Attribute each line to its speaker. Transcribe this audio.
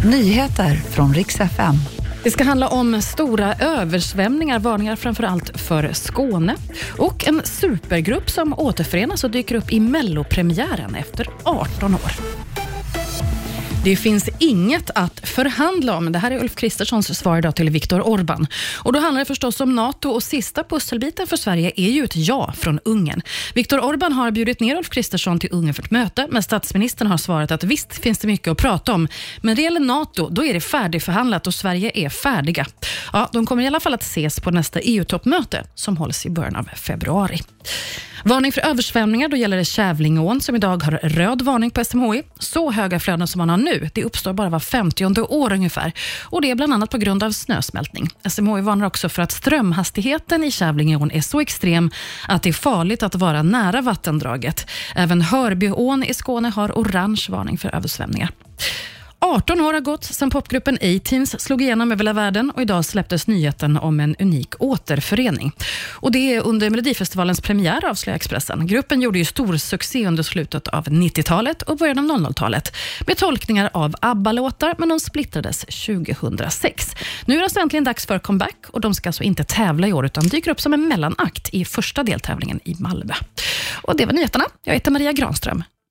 Speaker 1: Nyheter från Rix FM.
Speaker 2: Det ska handla om stora översvämningar, varningar framförallt för Skåne. Och en supergrupp som återförenas och dyker upp i Mellopremiären efter 18 år. Det finns inget att förhandla om. Det här är Ulf Kristerssons svar idag till Viktor Orbán. Och då handlar det förstås om NATO, och sista pusselbiten för Sverige är ju ett ja från Ungern. Viktor Orbán har bjudit ner Ulf Kristersson till Ungern för ett möte, men statsministern har svarat att visst finns det mycket att prata om. Men det gäller NATO, då är det färdigförhandlat och Sverige är färdiga. Ja, de kommer i alla fall att ses på nästa EU-toppmöte som hålls i början av februari. Varning för översvämningar, då gäller det Kävlingeån som idag har röd varning på SMHI. Så höga flöden som man har nu, det uppstår bara var 50:e år ungefär. Och det är bland annat på grund av snösmältning. SMHI varnar också för att strömhastigheten i Kävlingeån är så extrem att det är farligt att vara nära vattendraget. Även Hörbyån i Skåne har orange varning för översvämningar. 18 år har gått sedan popgruppen A-Teens slog igenom över hela världen, och idag släpptes nyheten om en unik återförening. Och det är under Melodifestivalens premiär, avslöjar Expressen. Gruppen gjorde ju stor succé under slutet av 90-talet och början av 00-talet med tolkningar av ABBA-låtar, men de splittrades 2006. Nu är det alltså äntligen dags för comeback, och de ska alltså inte tävla i år utan dyker upp som en mellanakt i första deltävlingen i Malmö. Och det var nyheterna. Jag heter Maria Granström.